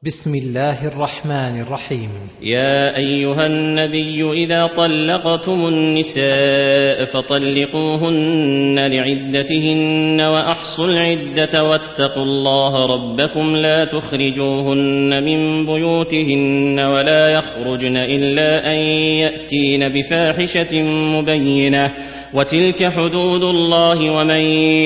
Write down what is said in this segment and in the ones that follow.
بسم الله الرحمن الرحيم. يا أيها النبي إذا طلقتم النساء فطلقوهن لعدتهن وأحصوا العدة واتقوا الله ربكم لا تخرجوهن من بيوتهن ولا يخرجن إلا أن يأتين بفاحشة مبينة وتلك حدود الله ومن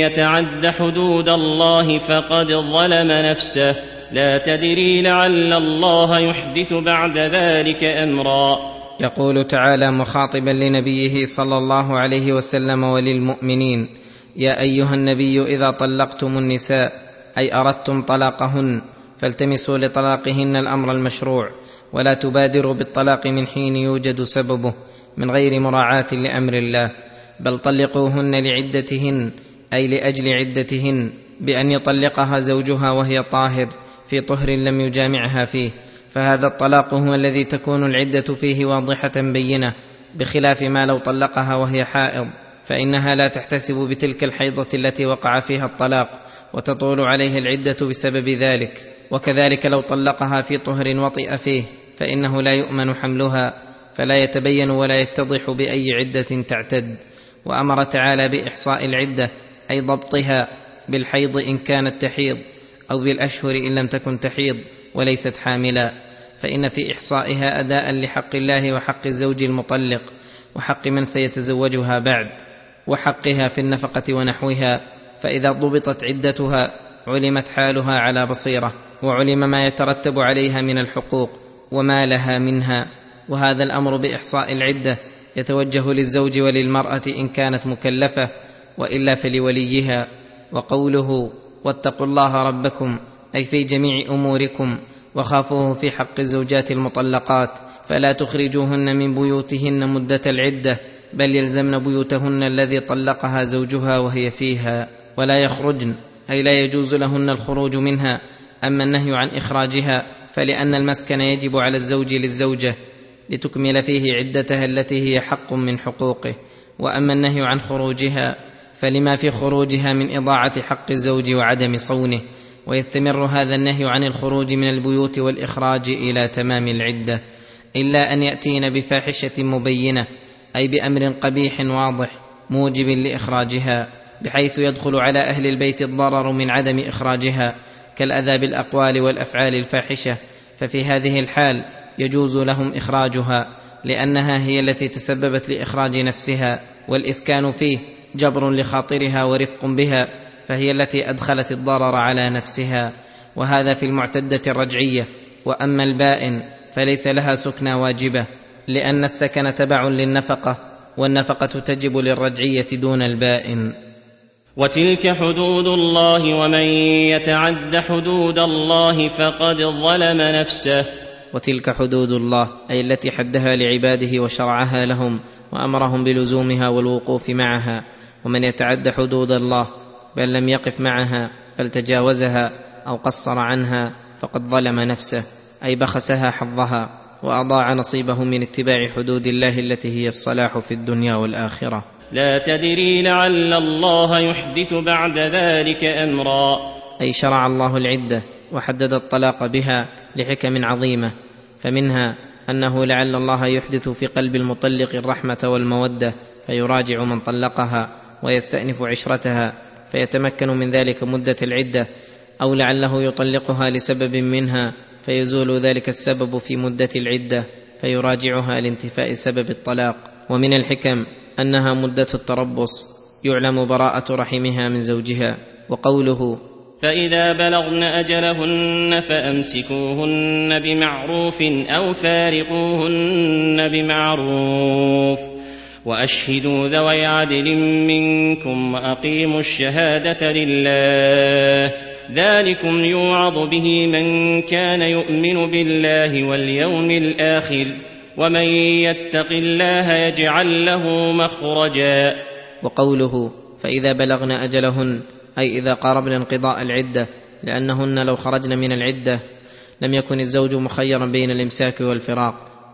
يتعد حدود الله فقد ظلم نفسه لا تدري لعل الله يحدث بعد ذلك أمرا. يقول تعالى مخاطبا لنبيه صلى الله عليه وسلم وللمؤمنين: يا أيها النبي إذا طلقتم النساء أي أردتم طلاقهن فالتمسوا لطلاقهن الأمر المشروع، ولا تبادروا بالطلاق من حين يوجد سببه من غير مراعاة لأمر الله، بل طلقوهن لعدتهن أي لأجل عدتهن، بأن يطلقها زوجها وهي طاهر في طهر لم يجامعها فيه، فهذا الطلاق هو الذي تكون العدة فيه واضحة بينة، بخلاف ما لو طلقها وهي حائض فإنها لا تحتسب بتلك الحيضة التي وقع فيها الطلاق وتطول عليه العدة بسبب ذلك. وكذلك لو طلقها في طهر وطئ فيه فإنه لا يؤمن حملها، فلا يتبين ولا يتضح بأي عدة تعتد. وأمر تعالى بإحصاء العدة أي ضبطها بالحيض إن كانت تحيض، أو بالأشهر إن لم تكن تحيض وليست حاملا، فإن في إحصائها أداء لحق الله وحق الزوج المطلق وحق من سيتزوجها بعد، وحقها في النفقة ونحوها، فإذا ضبطت عدتها علمت حالها على بصيرة، وعلم ما يترتب عليها من الحقوق وما لها منها. وهذا الأمر بإحصاء العدة يتوجه للزوج وللمرأة إن كانت مكلفة، وإلا فلوليها. وقوله واتقوا الله ربكم أي في جميع أموركم، وخافوه في حق الزوجات المطلقات، فلا تخرجوهن من بيوتهن مدة العدة، بل يلزمن بيوتهن الذي طلقها زوجها وهي فيها، ولا يخرجن أي لا يجوز لهن الخروج منها. أما النهي عن إخراجها فلأن المسكن يجب على الزوج للزوجة لتكمل فيه عدتها التي هي حق من حقوقه، وأما النهي عن خروجها فلما في خروجها من إضاعة حق الزوج وعدم صونه، ويستمر هذا النهي عن الخروج من البيوت والإخراج إلى تمام العدة، إلا أن يأتين بفاحشة مبينة أي بأمر قبيح واضح موجب لإخراجها، بحيث يدخل على أهل البيت الضرر من عدم إخراجها كالأذى بالأقوال والأفعال الفاحشة، ففي هذه الحال يجوز لهم إخراجها، لأنها هي التي تسببت لإخراج نفسها، والإسكان فيه جبر لخاطرها ورفق بها، فهي التي أدخلت الضرر على نفسها، وهذا في المعتدة الرجعية. وأما البائن فليس لها سكنى واجبة، لأن السكن تبع للنفقة، والنفقة تجب للرجعية دون البائن. وتلك حدود الله ومن يتعد حدود الله فقد ظلم نفسه. وتلك حدود الله أي التي حدها لعباده وشرعها لهم وأمرهم بلزومها والوقوف معها، ومن يتعد حدود الله بل لم يقف معها بل تجاوزها أو قصر عنها فقد ظلم نفسه، أي بخسها حظها وأضاع نصيبه من اتباع حدود الله التي هي الصلاح في الدنيا والآخرة. لا تدري لعل الله يحدث بعد ذلك أمرا، أي شرع الله العدة وحدد الطلاق بها لحكم عظيمة، فمنها أنه لعل الله يحدث في قلب المطلق الرحمة والمودة فيراجع من طلقها ويستأنف عشرتها فيتمكن من ذلك مدة العدة، أو لعله يطلقها لسبب منها فيزول ذلك السبب في مدة العدة فيراجعها لانتفاء سبب الطلاق. ومن الحكم أنها مدة التربص يعلم براءة رحمها من زوجها. وقوله فإذا بلغن أجلهن فأمسكوهن بمعروف أو فارقوهن بمعروف وأشهدوا ذوي عدل منكم وأقيموا الشهادة لله، ذلكم يوعظ به من كان يؤمن بالله واليوم الآخر، ومن يتق الله يجعل له مخرجا. وقوله فإذا بلغن أجلهن أي إذا قاربن انقضاء العدة، لأنهن لو خرجن من العدة لم يكن الزوج مخيرا بين الإمساك والفراق.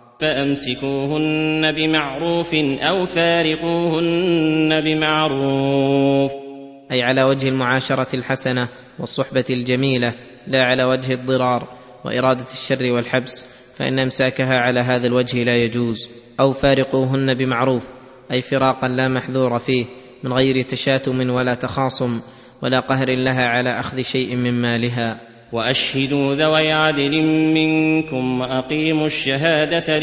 فأمسكوهن بمعروف أو فارقوهن بمعروف، أي على وجه المعاشرة الحسنة والصحبة الجميلة، لا على وجه الضرار، وإرادة الشر والحبس، فإن إمساكها على هذا الوجه لا يجوز. أو فارقوهن بمعروف، أي فراقا لا محذور فيه، من غير تشاتم ولا تخاصم ولا قهر لها على أخذ شيء من مالها. وأشهدوا ذوي عدل منكم وأقيموا الشهادة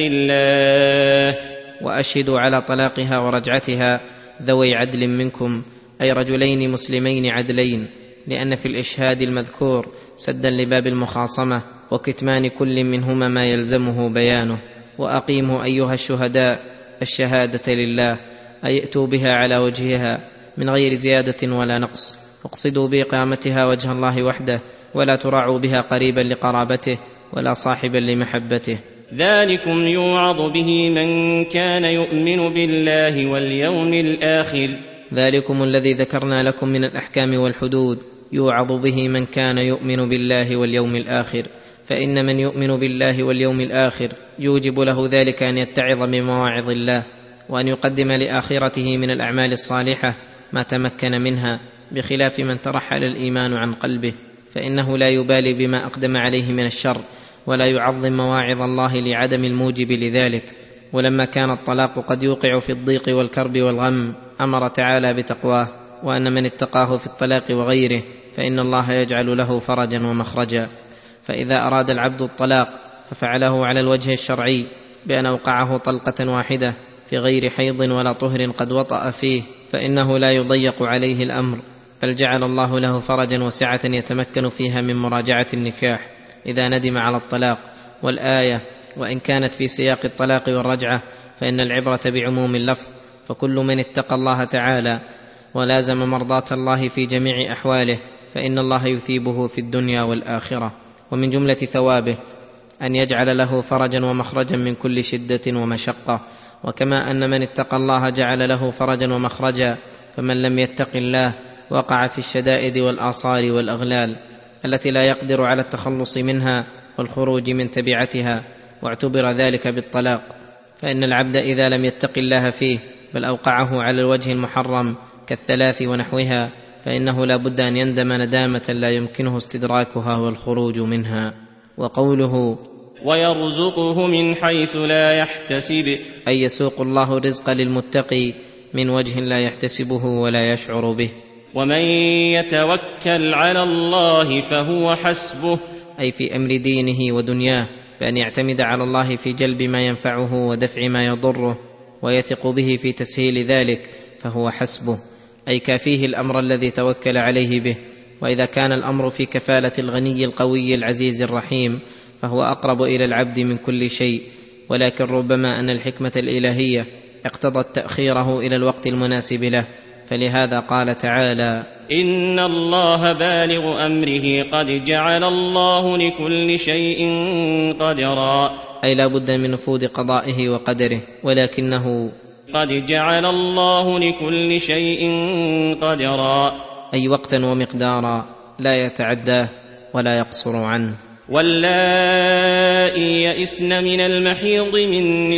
لله. وأشهدوا على طلاقها ورجعتها ذوي عدل منكم، أي رجلين مسلمين عدلين، لأن في الإشهاد المذكور سدا لباب المخاصمة وكتمان كل منهما ما يلزمه بيانه. وأقيموا أيها الشهداء الشهادة لله، أي ائتوا بها على وجهها من غير زيادة ولا نقص، واقصدوا بإقامتها وجه الله وحده، ولا تراعوا بها قريبا لقرابته ولا صاحبا لمحبته. ذلكم يوعظ به من كان يؤمن بالله واليوم الآخر. ذلكم الذي ذكرنا لكم من الأحكام والحدود يوعظ به من كان يؤمن بالله واليوم الآخر، فإن من يؤمن بالله واليوم الآخر يوجب له ذلك أن يتعظ بمواعظ الله، وأن يقدم لآخرته من الأعمال الصالحة ما تمكن منها، بخلاف من ترحل الإيمان عن قلبه، فإنه لا يبالي بما أقدم عليه من الشر، ولا يعظم مواعظ الله لعدم الموجب لذلك. ولما كان الطلاق قد يوقع في الضيق والكرب والغم، أمر تعالى بتقواه، وأن من اتقاه في الطلاق وغيره فإن الله يجعل له فرجا ومخرجا. فإذا أراد العبد الطلاق ففعله على الوجه الشرعي بأن أوقعه طلقة واحدة في غير حيض ولا طهر قد وطأ فيه، فإنه لا يضيق عليه الأمر، بل جعل الله له فرجا وسعة يتمكن فيها من مراجعة النكاح إذا ندم على الطلاق. والآية وإن كانت في سياق الطلاق والرجعة فإن العبرة بعموم اللفظ، فكل من اتقى الله تعالى ولازم مرضاة الله في جميع أحواله فإن الله يثيبه في الدنيا والآخرة. ومن جملة ثوابه أن يجعل له فرجا ومخرجا من كل شدة ومشقة. وكما أن من اتقى الله جعل له فرجا ومخرجا، فمن لم يتق الله وقع في الشدائد والآصار والأغلال التي لا يقدر على التخلص منها والخروج من تبعتها، واعتبر ذلك بالطلاق. فإن العبد إذا لم يتق الله فيه بل أوقعه على الوجه المحرم كالثلاث ونحوها، فإنه لا بد أن يندم ندامة لا يمكنه استدراكها والخروج منها. وقوله ويرزقه من حيث لا يحتسب، أي يسوق الله الرزق للمتقي من وجه لا يحتسبه ولا يشعر به. ومن يتوكل على الله فهو حسبه، أي في أمر دينه ودنياه، بأن يعتمد على الله في جلب ما ينفعه ودفع ما يضره، ويثق به في تسهيل ذلك، فهو حسبه، أي كافيه الأمر الذي توكل عليه به. وإذا كان الأمر في كفالة الغني القوي العزيز الرحيم فهو أقرب إلى العبد من كل شيء، ولكن ربما أن الحكمة الإلهية اقتضت تأخيره إلى الوقت المناسب له، فلهذا قال تعالى: إن الله بالغ أمره قد جعل الله لكل شيء قدرا، أي لا بد من نفوذ قضائه وقدره، ولكنه قد جعل الله لكل شيء قدرا، أي وقتا ومقدارا لا يتعداه ولا يقصر عنه. واللائي يئسن من المحيض من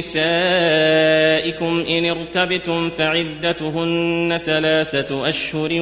نسائكم إن ارتبتم فعدتهن 3 أشهر،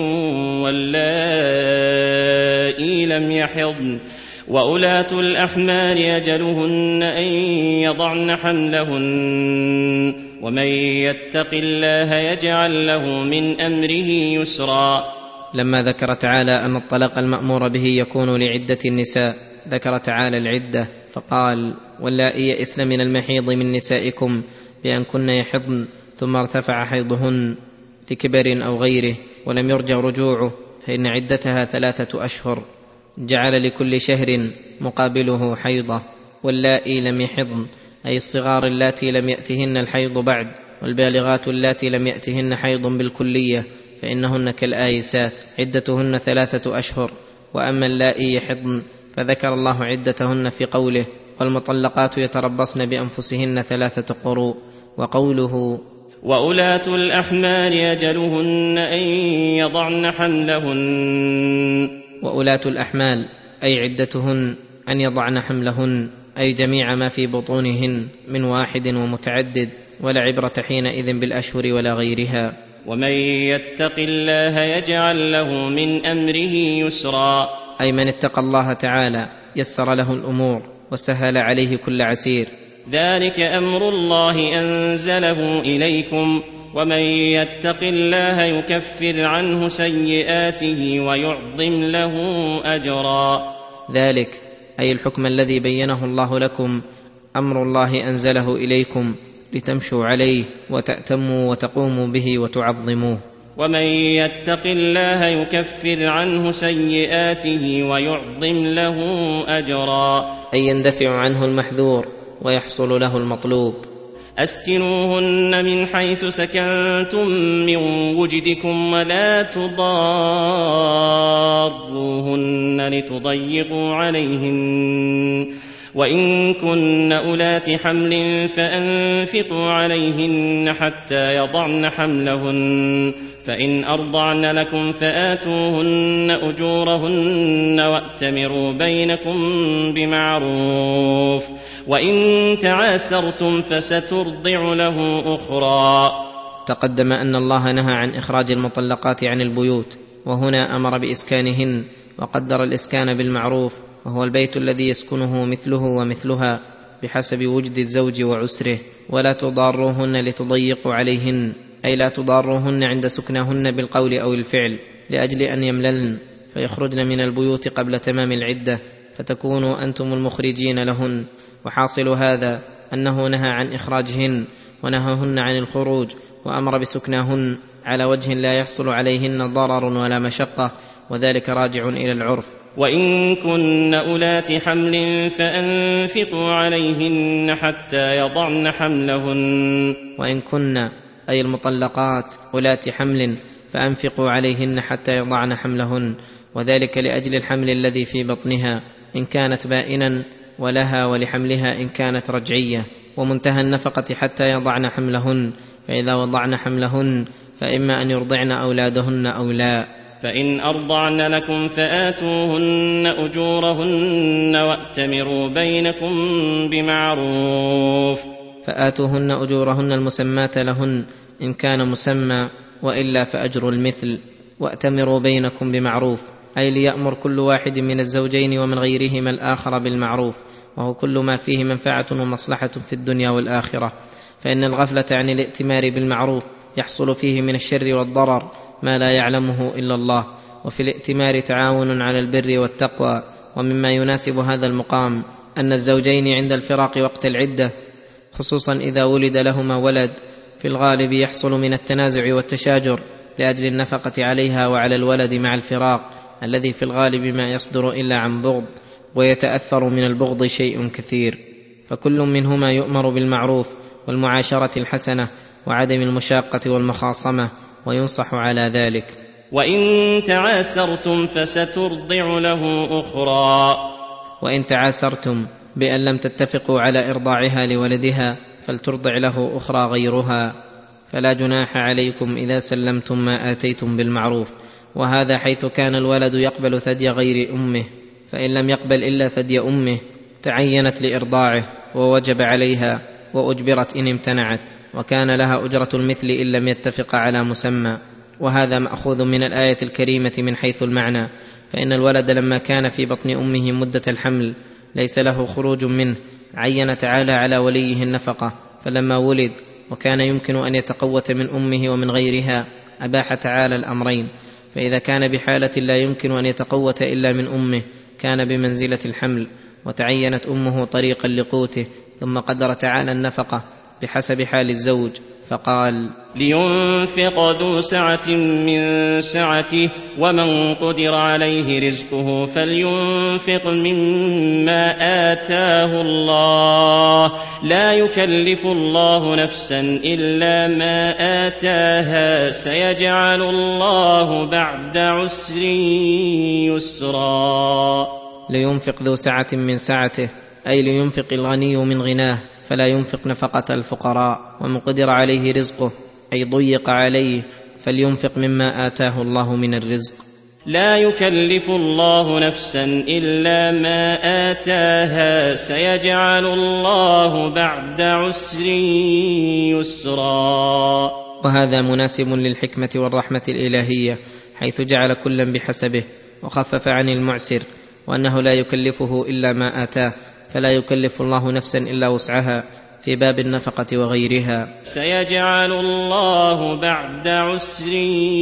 واللائي لم يحضن، وأولاة الأحمال أجلهن أن يضعن حملهن، ومن يتق الله يجعل له من أمره يسرا. لما ذكر تعالى أن الطلاق المأمور به يكون لعدة النساء، ذكر تعالى العدة فقال: واللائي يئسن من المحيض من نسائكم بأن كن يحضن ثم ارتفع حيضهن لكبر أو غيره ولم يرجع رجوعه، فإن عدتها 3 أشهر، جعل لكل شهر مقابله حيضة. واللائي لم يحضن أي الصغار اللاتي لم يأتهن الحيض بعد، والبالغات اللاتي لم يأتهن حيض بالكلية فإنهن كالآيسات عدتهن 3 أشهر. وأما اللائي يحضن فذكر الله عدتهن في قوله: والمطلقات يتربصن بأنفسهن 3 قروء. وقوله: وأولاة الأحمال أجلهن أن يضعن حملهن، وأولاة الأحمال أي عدتهن أن يضعن حملهن، أي جميع ما في بطونهن من واحد ومتعدد، ولا عبرة حينئذ بالأشهر ولا غيرها. ومن يتق الله يجعل له من أمره يسرا، أي من اتقى الله تعالى يسر له الامور وسهل عليه كل عسير. ذلك أمر الله أنزله إليكم، ومن يتق الله يكفر عنه سيئاته ويعظم له أجرا. ذلك أي الحكم الذي بينه الله لكم أمر الله أنزله إليكم لتمشوا عليه وتأتموا وتقوموا به وتعظموه. ومن يتق الله يكفر عنه سيئاته ويعظم له أجرا، أي يندفع عنه المحذور ويحصل له المطلوب. أسكنوهن من حيث سكنتم من وجدكم ولا تضاروهن لتضيقوا عليهن، وإن كن أولات حمل فأنفقوا عليهن حتى يضعن حملهن، فإن أرضعن لكم فآتوهن أجورهن وأتمروا بينكم بمعروف، وإن تعاسرتم فسترضع له أخرى. تقدم أن الله نهى عن إخراج المطلقات عن البيوت، وهنا أمر بإسكانهن وقدر الإسكان بالمعروف، وهو البيت الذي يسكنه مثله ومثلها بحسب وجد الزوج وعسره. ولا تضاروهن لتضيقوا عليهن، أي لا تضاروهن عند سكنهن بالقول أو الفعل لأجل أن يمللن فيخرجن من البيوت قبل تمام العدة فتكونوا أنتم المخرجين لهن. وحاصل هذا أنه نهى عن إخراجهن ونهاهن عن الخروج، وأمر بسكناهن على وجه لا يحصل عليهن ضرر ولا مشقة، وذلك راجع إلى العرف. وإن كن أولات حمل فأنفقوا عليهن حتى يضعن حملهن، وإن كن أي المطلقات أولات حمل فأنفقوا عليهن حتى يضعن حملهن، وذلك لأجل الحمل الذي في بطنها إن كانت بائنا، ولها ولحملها إن كانت رجعية. ومنتهى النفقة حتى يضعن حملهن، فإذا وضعن حملهن فإما أن يرضعن أولادهن أو لا. فإن أرضعن لكم فآتوهن أجورهن وأتمروا بينكم بمعروف. فآتوهن أجورهن المسماة لهن إن كان مسمى، وإلا فأجر المثل. وأتمروا بينكم بمعروف، أي ليأمر كل واحد من الزوجين ومن غيرهما الآخر بالمعروف، وهو كل ما فيه منفعة ومصلحة في الدنيا والآخرة. فإن الغفلة عن الائتمار بالمعروف يحصل فيه من الشر والضرر ما لا يعلمه إلا الله، وفي الائتمار تعاون على البر والتقوى. ومما يناسب هذا المقام أن الزوجين عند الفراق وقت العدة، خصوصا إذا ولد لهما ولد، في الغالب يحصل من التنازع والتشاجر لأجل النفقة عليها وعلى الولد مع الفراق الذي في الغالب ما يصدر إلا عن بغض، ويتأثر من البغض شيء كثير. فكل منهما يؤمر بالمعروف والمعاشرة الحسنة وعدم المشاقة والمخاصمة، وينصح على ذلك. وإن تعاسرتم فسترضع له أخرى. وإن تعاسرتم بأن لم تتفقوا على إرضاعها لولدها فلترضع له أخرى غيرها، فلا جناح عليكم إذا سلمتم ما آتيتم بالمعروف. وهذا حيث كان الولد يقبل ثدي غير أمه، فإن لم يقبل إلا ثدي أمه تعينت لإرضاعه ووجب عليها، وأجبرت إن امتنعت، وكان لها أجرة المثل إن لم يتفق على مسمى. وهذا مأخوذ من الآية الكريمة من حيث المعنى، فإن الولد لما كان في بطن أمه مدة الحمل ليس له خروج منه، عين تعالى على وليه النفقة، فلما ولد وكان يمكن أن يتقوت من أمه ومن غيرها أباح تعالى الأمرين. فإذا كان بحالة لا يمكن أن يتقوت إلا من أمه كان بمنزلة الحمل، وتعينت أمه طريقا لقوته، ثم قدر تعالى النفقة بحسب حال الزوج، فقال: لينفق ذو سعة من سعته، ومن قدر عليه رزقه فلينفق مما آتاه الله، لا يكلف الله نفسا إلا ما آتاها، سيجعل الله بعد عسر يسرا. لينفق ذو سعة من سعته، أي لينفق الغني من غناه فلا ينفق نفقة الفقراء، ومن قدر عليه رزقه أي ضيق عليه فلينفق مما آتاه الله من الرزق. لا يكلف الله نفسا إلا ما آتاها، سيجعل الله بعد عسر يسرا. وهذا مناسب للحكمة والرحمة الإلهية، حيث جعل كلا بحسبه وخفف عن المعسر، وأنه لا يكلفه إلا ما آتاه، فلا يكلف الله نفسا إلا وسعها في باب النفقة وغيرها. سيجعل الله بعد عسر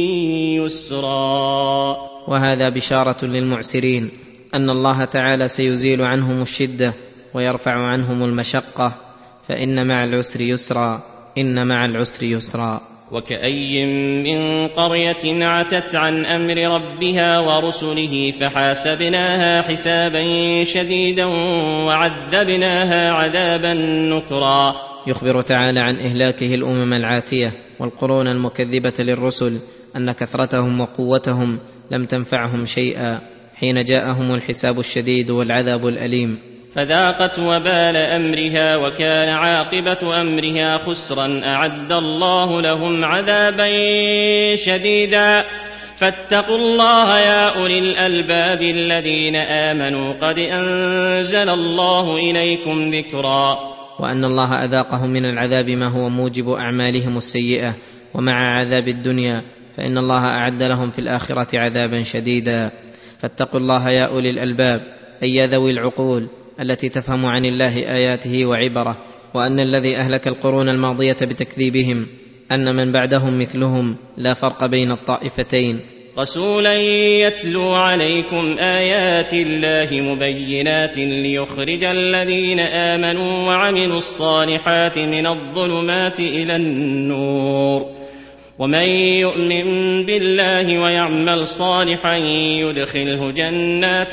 يسرا. وهذا بشارة للمعسرين أن الله تعالى سيزيل عنهم الشدة ويرفع عنهم المشقة، فإن مع العسر يسرا، إن مع العسر يسرا. وكأي من قرية عتت عن أمر ربها ورسله فحاسبناها حسابا شديدا وعذبناها عذابا نكرا. يخبر تعالى عن إهلاكه الأمم العاتية والقرون المكذبة للرسل، أن كثرتهم وقوتهم لم تنفعهم شيئا حين جاءهم الحساب الشديد والعذاب الأليم. فذاقت وبال أمرها وكان عاقبة أمرها خسرا. أعد الله لهم عذابا شديدا. فاتقوا الله يا أولي الألباب الذين آمنوا قد أنزل الله إليكم ذكرا. وأن الله أذاقهم من العذاب ما هو موجب أعمالهم السيئة، ومع عذاب الدنيا فإن الله أعد لهم في الآخرة عذابا شديدا. فاتقوا الله يا أولي الألباب، أي يا ذوي العقول التي تفهم عن الله آياته وعبره، وأن الذي أهلك القرون الماضية بتكذيبهم أن من بعدهم مثلهم، لا فرق بين الطائفتين. رسولا يتلو عليكم آيات الله مبينات ليخرج الذين آمنوا وعملوا الصالحات من الظلمات إلى النور. ومن يؤمن بالله ويعمل صالحا يدخله جنات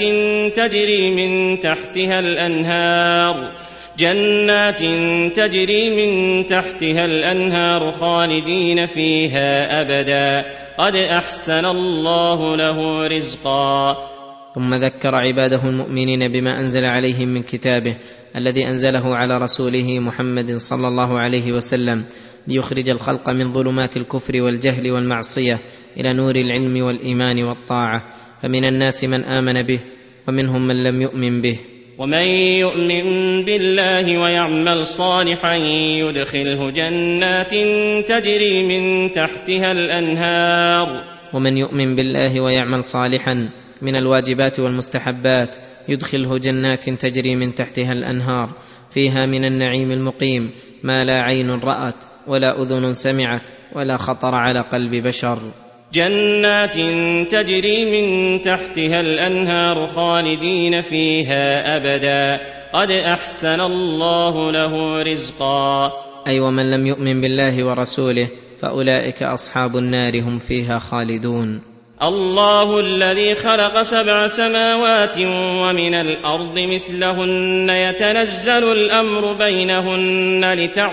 تجري من تحتها الأنهار خالدين فيها أبدا قد أحسن الله له رزقا. ثم ذكر عباده المؤمنين بما أنزل عليهم من كتابه الذي أنزله على رسوله محمد صلى الله عليه وسلم، ليخرج الخلق من ظلمات الكفر والجهل والمعصية إلى نور العلم والإيمان والطاعة. فمن الناس من آمن به ومنهم من لم يؤمن به. ومن يؤمن بالله ويعمل صالحا يدخله جنات تجري من تحتها الأنهار. ومن يؤمن بالله ويعمل صالحا من الواجبات والمستحبات يدخله جنات تجري من تحتها الأنهار، فيها من النعيم المقيم ما لا عين رأت ولا أذن سمعت ولا خطر على قلب بشر. جنات تجري من تحتها الأنهار خالدين فيها أبدا قد أحسن الله له رزقا. أي ومن لم يؤمن بالله ورسوله فأولئك أصحاب النار هم فيها خالدون. الله الذي خلق 7 سماوات ومن الأرض مثلهن يتنزل الأمر بينهن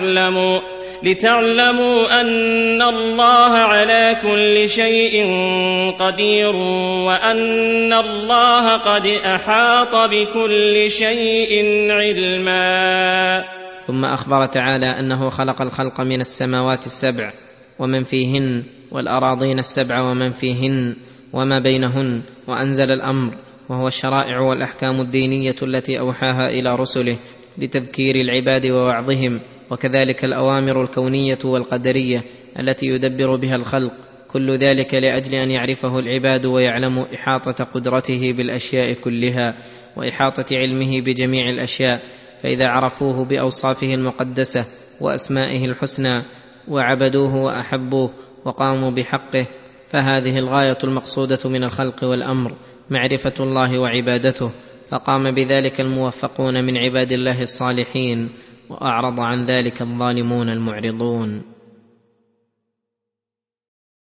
لتعلموا أن الله على كل شيء قدير وأن الله قد أحاط بكل شيء علما. ثم أخبر تعالى أنه خلق الخلق من السماوات 7 ومن فيهن، والأراضين 7 ومن فيهن وما بينهن، وأنزل الأمر وهو الشرائع والأحكام الدينية التي أوحاها إلى رسله لتذكير العباد ووعظهم، وكذلك الأوامر الكونية والقدرية التي يدبر بها الخلق، كل ذلك لأجل أن يعرفه العباد ويعلموا إحاطة قدرته بالأشياء كلها وإحاطة علمه بجميع الأشياء. فإذا عرفوه بأوصافه المقدسة وأسمائه الحسنى وعبدوه وأحبوه وقاموا بحقه، فهذه الغاية المقصودة من الخلق والأمر، معرفة الله وعبادته. فقام بذلك الموفقون من عباد الله الصالحين، وأعرض عن ذلك الظالمون المعرضون.